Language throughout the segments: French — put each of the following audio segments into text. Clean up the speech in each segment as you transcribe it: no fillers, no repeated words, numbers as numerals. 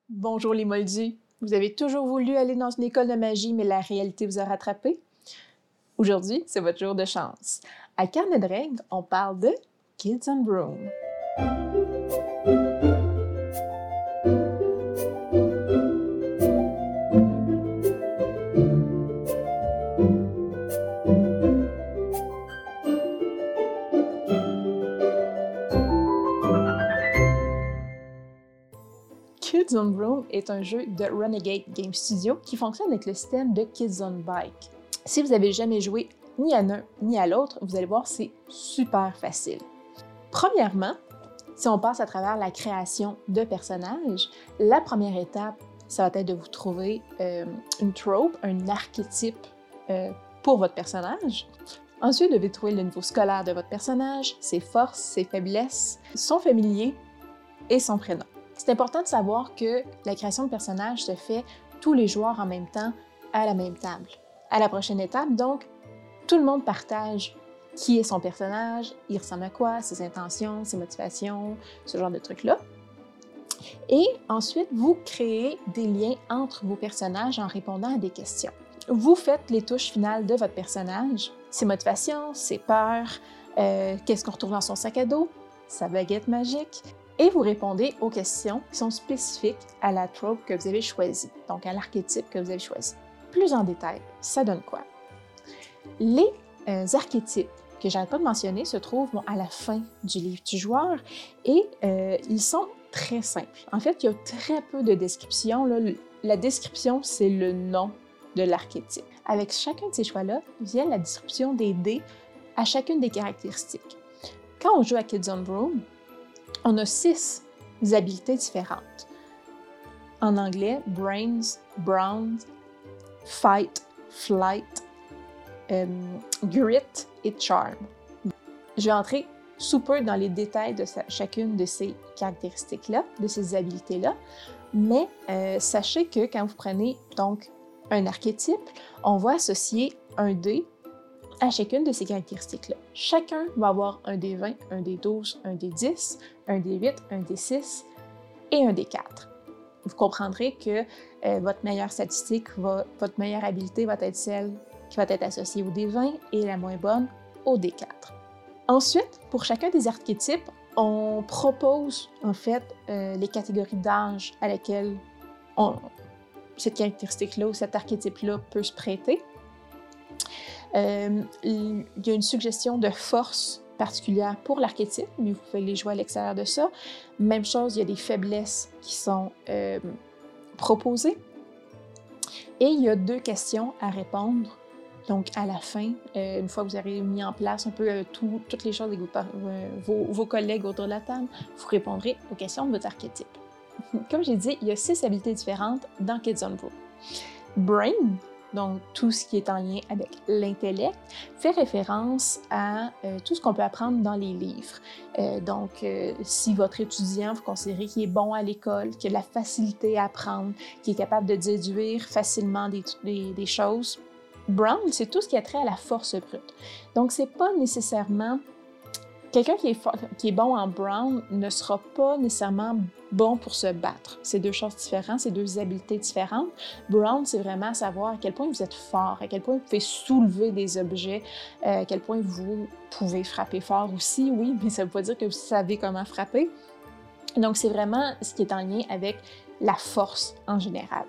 Bonjour les moldus! Vous avez toujours voulu aller dans une école de magie, mais la réalité vous a rattrapé? Aujourd'hui, c'est votre jour de chance. À Carnet de règles, on parle de Kids on Broom. Kids on Broom est un jeu de Renegade Game Studio qui fonctionne avec le système de Kids on Bike. Si vous n'avez jamais joué ni à l'un ni à l'autre, vous allez voir, c'est super facile. Premièrement, si on passe à travers la création de personnages, la première étape, ça va être de vous trouver une trope, un archétype pour votre personnage. Ensuite, vous devez trouver le niveau scolaire de votre personnage, ses forces, ses faiblesses, son familier et son prénom. C'est important de savoir que la création de personnages se fait tous les joueurs en même temps à la même table. À la prochaine étape, donc, tout le monde partage qui est son personnage, il ressemble à quoi, ses intentions, ses motivations, ce genre de trucs-là. Et ensuite, vous créez des liens entre vos personnages en répondant à des questions. Vous faites les touches finales de votre personnage, ses motivations, ses peurs, qu'est-ce qu'on retrouve dans son sac à dos, sa baguette magique, et vous répondez aux questions qui sont spécifiques à la trope que vous avez choisie, donc à l'archétype que vous avez choisi. Plus en détail, ça donne quoi? Les archétypes que j'arrête pas de mentionner se trouvent à la fin du livre du joueur et ils sont très simples. En fait, il y a très peu de description. Là. La description, c'est le nom de l'archétype. Avec chacun de ces choix-là vient la description des dés à chacune des caractéristiques. Quand on joue à Kids on Broom, on a 6 habiletés différentes. En anglais, Brains, Brown, Fight, Flight, Grit et Charm. Je vais entrer sous peu dans les détails de chacune de ces caractéristiques-là, de ces habiletés-là, mais sachez que quand vous prenez donc un archétype, on va associer un dé à chacune de ces caractéristiques-là. Chacun va avoir un dé 20, un dé 12, un dé 10, un dé 8, un dé 6 et un dé 4. Vous comprendrez que votre meilleure statistique, votre meilleure habileté va être celle qui va être associée au dé 20 et la moins bonne au dé 4. Ensuite, pour chacun des archétypes, on propose en fait les catégories d'âge à laquelle cette caractéristique-là ou cet archétype-là peut se prêter. Il y a une suggestion de force particulière pour l'archétype, mais vous pouvez les jouer à l'extérieur de ça. Même chose, il y a des faiblesses qui sont proposées. Et il y a 2 questions à répondre. Donc, à la fin, une fois que vous avez mis en place un peu toutes les choses avec vos collègues autour de la table, vous répondrez aux questions de votre archétype. Comme j'ai dit, il y a 6 habiletés différentes dans Kids on Broom. Brain, donc tout ce qui est en lien avec l'intellect, fait référence à tout ce qu'on peut apprendre dans les livres. Donc, si votre étudiant, vous considérez qu'il est bon à l'école, qu'il a de la facilité à apprendre, qu'il est capable de déduire facilement des choses, Brown, c'est tout ce qui a trait à la force brute. Donc, c'est pas nécessairement... Quelqu'un qui est bon en Brown ne sera pas nécessairement bon pour se battre. C'est 2 choses différentes, c'est 2 habiletés différentes. Brown, c'est vraiment savoir à quel point vous êtes fort, à quel point vous pouvez soulever des objets, à quel point vous pouvez frapper fort aussi, oui, mais ça ne veut pas dire que vous savez comment frapper. Donc, c'est vraiment ce qui est en lien avec la force en général.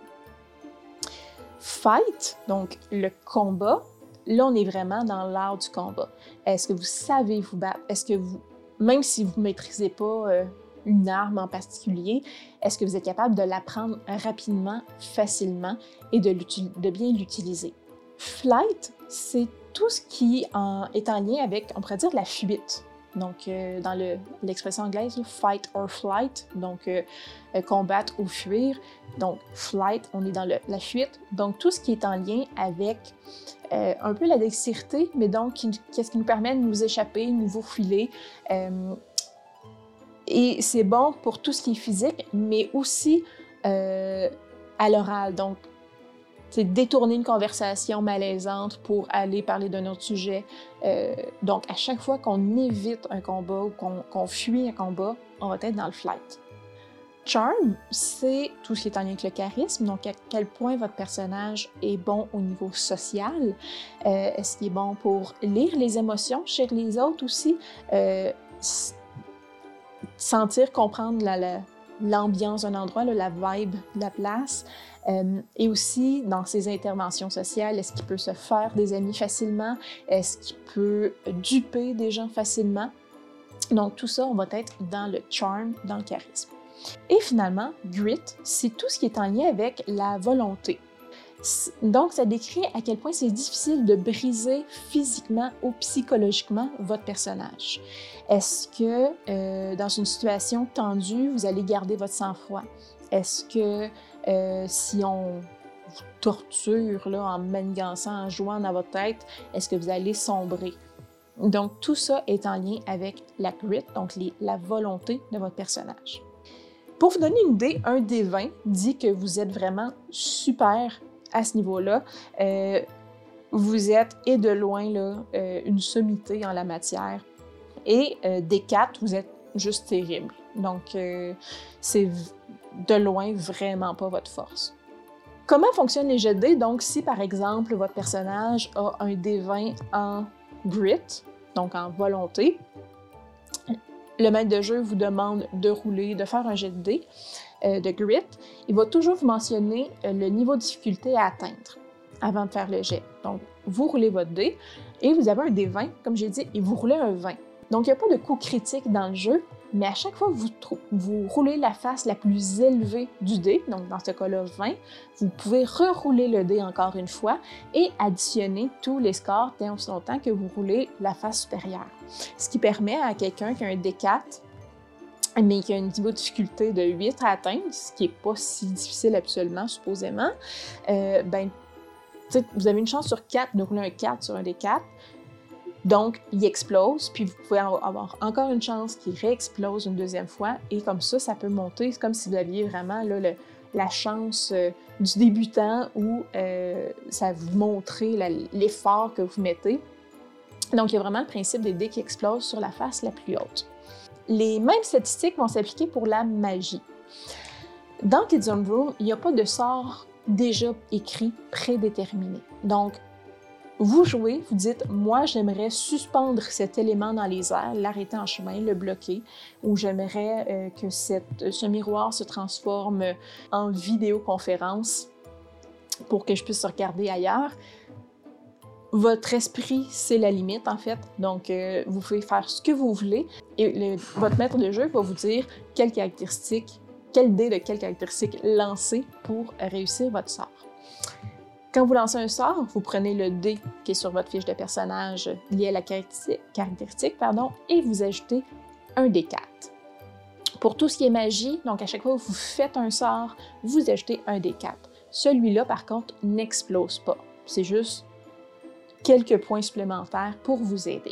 Fight, donc le combat, là, on est vraiment dans l'art du combat. Est-ce que vous savez vous battre? Est-ce que vous, même si vous ne maîtrisez pas une arme en particulier, est-ce que vous êtes capable de l'apprendre rapidement, facilement et de bien l'utiliser? Flight, c'est tout ce qui est en lien avec, on pourrait dire, la fuite. Donc, dans l'expression anglaise, fight or flight, donc combattre ou fuir. Donc, flight, on est dans la fuite. Donc, tout ce qui est en lien avec un peu la dextérité, mais donc, qu'est-ce qui nous permet de nous échapper, de nous faufiler. Et c'est bon pour tout ce qui est physique, mais aussi à l'oral. Donc, c'est détourner une conversation malaisante pour aller parler d'un autre sujet. Donc, à chaque fois qu'on évite un combat ou qu'on fuit un combat, on va être dans le flight. Charm, c'est tout ce qui est en lien avec le charisme, donc à quel point votre personnage est bon au niveau social. Est-ce qu'il est bon pour lire les émotions chez les autres aussi? Sentir, comprendre l'ambiance d'un endroit, la vibe de la place. Et aussi, dans ses interventions sociales, est-ce qu'il peut se faire des amis facilement? Est-ce qu'il peut duper des gens facilement? Donc, tout ça, on va être dans le charm, dans le charisme. Et finalement, grit, c'est tout ce qui est en lien avec la volonté. Donc, ça décrit à quel point c'est difficile de briser physiquement ou psychologiquement votre personnage. Est-ce que dans une situation tendue, vous allez garder votre sang-froid? Est-ce que si on vous torture là, en manigançant, en jouant dans votre tête, est-ce que vous allez sombrer? Donc, tout ça est en lien avec la grit, donc la volonté de votre personnage. Pour vous donner une idée, un des 20 dit que vous êtes vraiment super à ce niveau-là. Vous êtes, et de loin, là, une sommité en la matière. Et des 4, vous êtes juste terrible. Donc, c'est de loin vraiment pas votre force. Comment fonctionnent les jets de dés? Donc, si par exemple, votre personnage a un D20 en grit, donc en volonté, le maître de jeu vous demande de rouler, de faire un jet de dés de grit. Il va toujours vous mentionner le niveau de difficulté à atteindre avant de faire le jet. Donc, vous roulez votre dé et vous avez un dé 20, comme j'ai dit, et vous roulez un 20. Donc, il n'y a pas de coup critique dans le jeu, mais à chaque fois que vous roulez la face la plus élevée du dé, donc dans ce cas-là 20, vous pouvez rerouler le dé encore une fois et additionner tous les scores tant aussi longtemps que vous roulez la face supérieure. Ce qui permet à quelqu'un qui a un D4, mais qui a un niveau de difficulté de 8 à atteindre, ce qui n'est pas si difficile habituellement, supposément, vous avez une chance sur 4 de rouler un 4 sur un D4. Donc, il explose, puis vous pouvez avoir encore une chance qu'il réexplose une deuxième fois, et comme ça peut monter. C'est comme si vous aviez vraiment là, la chance du débutant où ça vous montrait l'effort que vous mettez. Donc, il y a vraiment le principe des dés qui explosent sur la face la plus haute. Les mêmes statistiques vont s'appliquer pour la magie. Dans Kids on Room, il n'y a pas de sort déjà écrit, prédéterminé. Donc, vous jouez, vous dites « Moi, j'aimerais suspendre cet élément dans les airs, l'arrêter en chemin, le bloquer, ou j'aimerais que ce miroir se transforme en vidéoconférence pour que je puisse regarder ailleurs. » Votre esprit, c'est la limite, en fait. Donc, vous pouvez faire ce que vous voulez et votre maître de jeu va vous dire quelles caractéristiques, quel dé de quelles caractéristiques lancer pour réussir votre sort. Quand vous lancez un sort, vous prenez le dé qui est sur votre fiche de personnage lié à la caractéristique, et vous ajoutez un D4. Pour tout ce qui est magie, donc à chaque fois que vous faites un sort, vous ajoutez un D4. Celui-là, par contre, n'explose pas. C'est juste quelques points supplémentaires pour vous aider.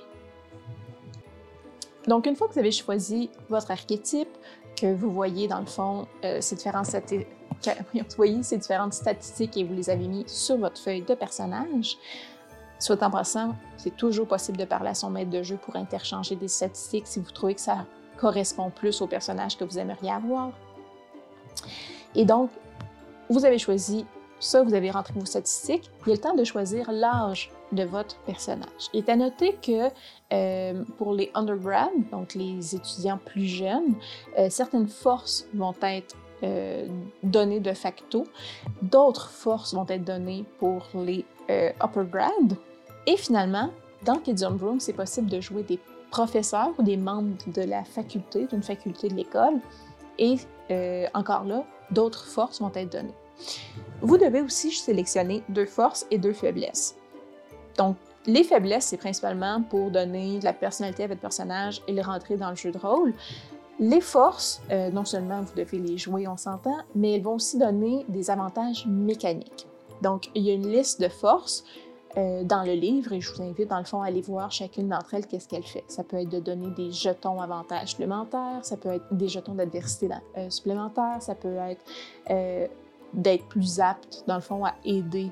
Donc, une fois que vous avez choisi votre archétype, que vous voyez dans le fond ces différentes statistiques et vous les avez mis sur votre feuille de personnage, soit en passant, c'est toujours possible de parler à son maître de jeu pour interchanger des statistiques si vous trouvez que ça correspond plus au personnage que vous aimeriez avoir. Et donc, vous avez choisi ça, vous avez rentré vos statistiques, il est le temps de choisir l'âge de votre personnage. Il est à noter que pour les undergrads, donc les étudiants plus jeunes, certaines forces vont être données de facto, d'autres forces vont être données pour les upper grad. Et finalement, dans Kids on Room, c'est possible de jouer des professeurs ou des membres de la faculté, d'une faculté de l'école, et encore là, d'autres forces vont être données. Vous devez aussi sélectionner 2 forces et 2 faiblesses. Donc, les faiblesses, c'est principalement pour donner de la personnalité à votre personnage et les rentrer dans le jeu de rôle. Les forces, non seulement vous devez les jouer, on s'entend, mais elles vont aussi donner des avantages mécaniques. Donc, il y a une liste de forces dans le livre et je vous invite dans le fond à aller voir chacune d'entre elles, qu'est-ce qu'elle fait. Ça peut être de donner des jetons avantages supplémentaires, ça peut être des jetons d'adversité supplémentaires, ça peut être d'être plus apte, dans le fond, à aider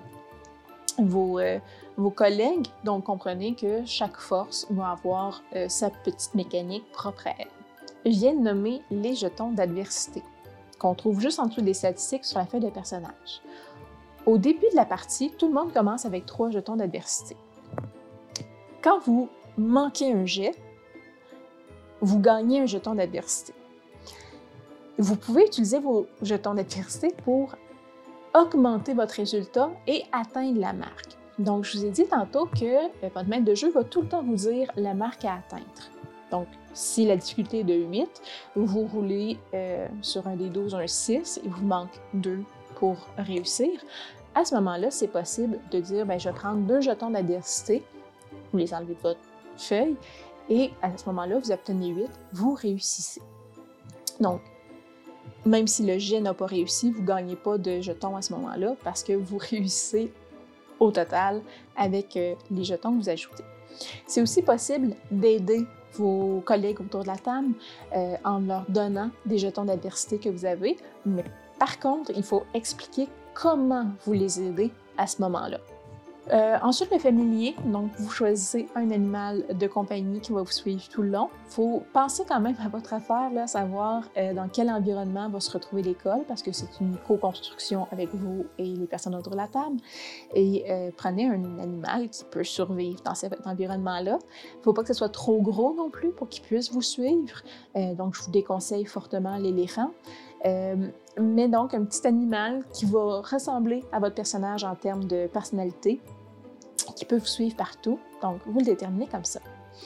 vos collègues. Donc, comprenez que chaque force va avoir sa petite mécanique propre à elle. Je viens de nommer les jetons d'adversité. qu'on trouve juste en dessous des statistiques sur la feuille de personnage. Au début de la partie, tout le monde commence avec 3 jetons d'adversité. Quand vous manquez un jet, vous gagnez un jeton d'adversité. Vous pouvez utiliser vos jetons d'adversité pour augmenter votre résultat et atteindre la marque. Donc, je vous ai dit tantôt que votre maître de jeu va tout le temps vous dire la marque à atteindre. Donc, si la difficulté est de 8, vous roulez sur un des 12 un 6, il vous manque 2 pour réussir. À ce moment-là, c'est possible de dire, je vais prendre 2 jetons d'adversité, vous les enlevez de votre feuille, et à ce moment-là, vous obtenez 8, vous réussissez. Donc, même si le jet n'a pas réussi, vous ne gagnez pas de jetons à ce moment-là parce que vous réussissez au total avec les jetons que vous ajoutez. C'est aussi possible d'aider vos collègues autour de la table en leur donnant des jetons d'adversité que vous avez, mais par contre, il faut expliquer comment vous les aidez à ce moment-là. Ensuite, le familier, donc vous choisissez un animal de compagnie qui va vous suivre tout le long. Il faut penser quand même à votre affaire, là, savoir dans quel environnement va se retrouver l'école, parce que c'est une co-construction avec vous et les personnes autour de la table. Et prenez un animal qui peut survivre dans cet environnement-là. Il ne faut pas que ce soit trop gros non plus pour qu'il puisse vous suivre. Donc, je vous déconseille fortement l'éléphant. Mais donc, un petit animal qui va ressembler à votre personnage en termes de personnalité, qui peut vous suivre partout. Donc, vous le déterminez comme ça.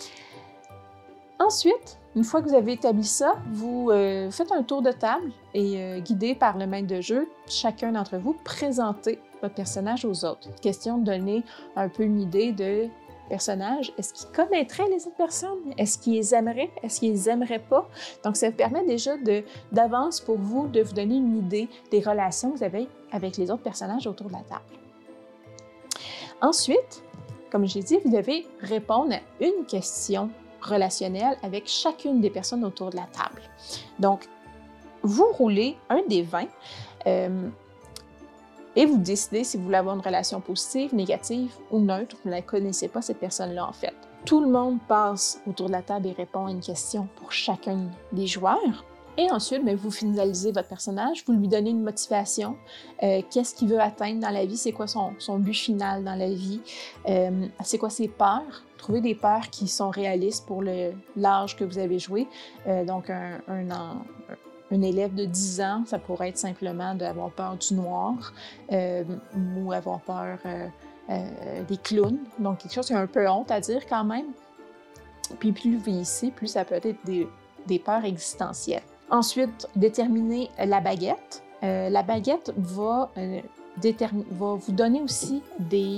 Ensuite, une fois que vous avez établi ça, vous faites un tour de table et guidé par le maître de jeu, chacun d'entre vous présentez votre personnage aux autres. Question de donner un peu une idée de personnage. Est-ce qu'ils connaîtraient les autres personnes? Est-ce qu'ils les aimeraient? Est-ce qu'ils les aimeraient pas? Donc, ça vous permet déjà d'avance pour vous de vous donner une idée des relations que vous avez avec les autres personnages autour de la table. Ensuite, comme j'ai dit, vous devez répondre à une question relationnelle avec chacune des personnes autour de la table. Donc, vous roulez un des 20 et vous décidez si vous voulez avoir une relation positive, négative ou neutre. Vous ne la connaissez pas, cette personne-là, en fait. Tout le monde passe autour de la table et répond à une question pour chacun des joueurs. Et ensuite, vous finalisez votre personnage, vous lui donnez une motivation. Qu'est-ce qu'il veut atteindre dans la vie? C'est quoi son but final dans la vie? C'est quoi ses peurs? Trouvez des peurs qui sont réalistes pour l'âge que vous avez joué. Donc, un élève de 10 ans, ça pourrait être simplement d'avoir peur du noir ou avoir peur des clowns. Donc, quelque chose qui a un peu honte à dire quand même. Puis plus vous vieillissez, plus ça peut être des peurs existentielles. Ensuite, déterminer la baguette. La baguette va vous donner aussi des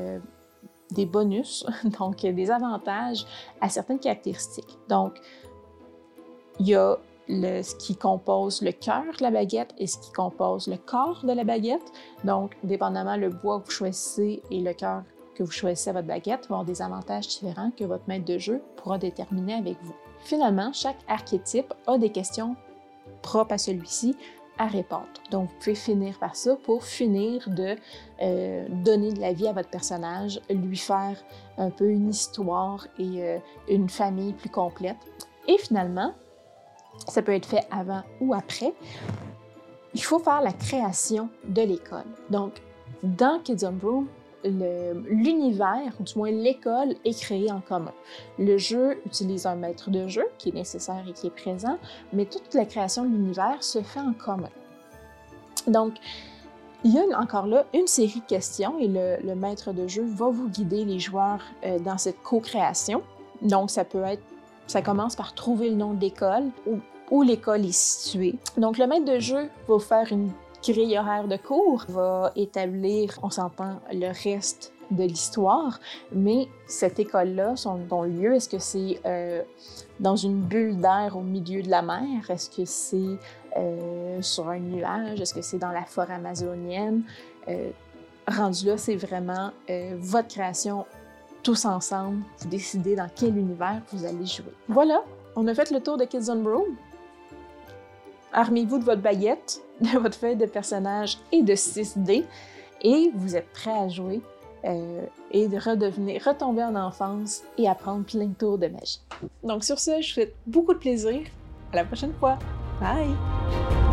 bonus, donc des avantages à certaines caractéristiques. Donc, il y a ce qui compose le cœur de la baguette et ce qui compose le corps de la baguette. Donc, dépendamment le bois que vous choisissez et le cœur que vous choisissez à votre baguette vont avoir des avantages différents que votre maître de jeu pourra déterminer avec vous. Finalement, chaque archétype a des questions propres à celui-ci à répondre. Donc, vous pouvez finir par ça pour finir de donner de la vie à votre personnage, lui faire un peu une histoire et une famille plus complète. Et finalement, ça peut être fait avant ou après, il faut faire la création de l'école. Donc, dans Kids Homebrew, l'univers, ou du moins l'école, est créée en commun. Le jeu utilise un maître de jeu qui est nécessaire et qui est présent, mais toute la création de l'univers se fait en commun. Donc, il y a encore là une série de questions et le maître de jeu va vous guider les joueurs dans cette co-création. Donc, ça commence par trouver le nom de l'école, où l'école est située. Donc, le maître de jeu va faire une grille horaire de cours, va établir, on s'entend, le reste de l'histoire, mais cette école-là, son lieu, est-ce que c'est dans une bulle d'air au milieu de la mer? Est-ce que c'est sur un nuage? Est-ce que c'est dans la forêt amazonienne? Rendu là, c'est vraiment votre création tous ensemble. Vous décidez dans quel univers vous allez jouer. Voilà, on a fait le tour de Kids Homebrew. Armez-vous de votre baguette, de votre feuille de personnage et de 6 dés et vous êtes prêts à jouer et de retomber en enfance et apprendre plein de tours de magie. Donc sur ce, je vous souhaite beaucoup de plaisir. À la prochaine fois. Bye!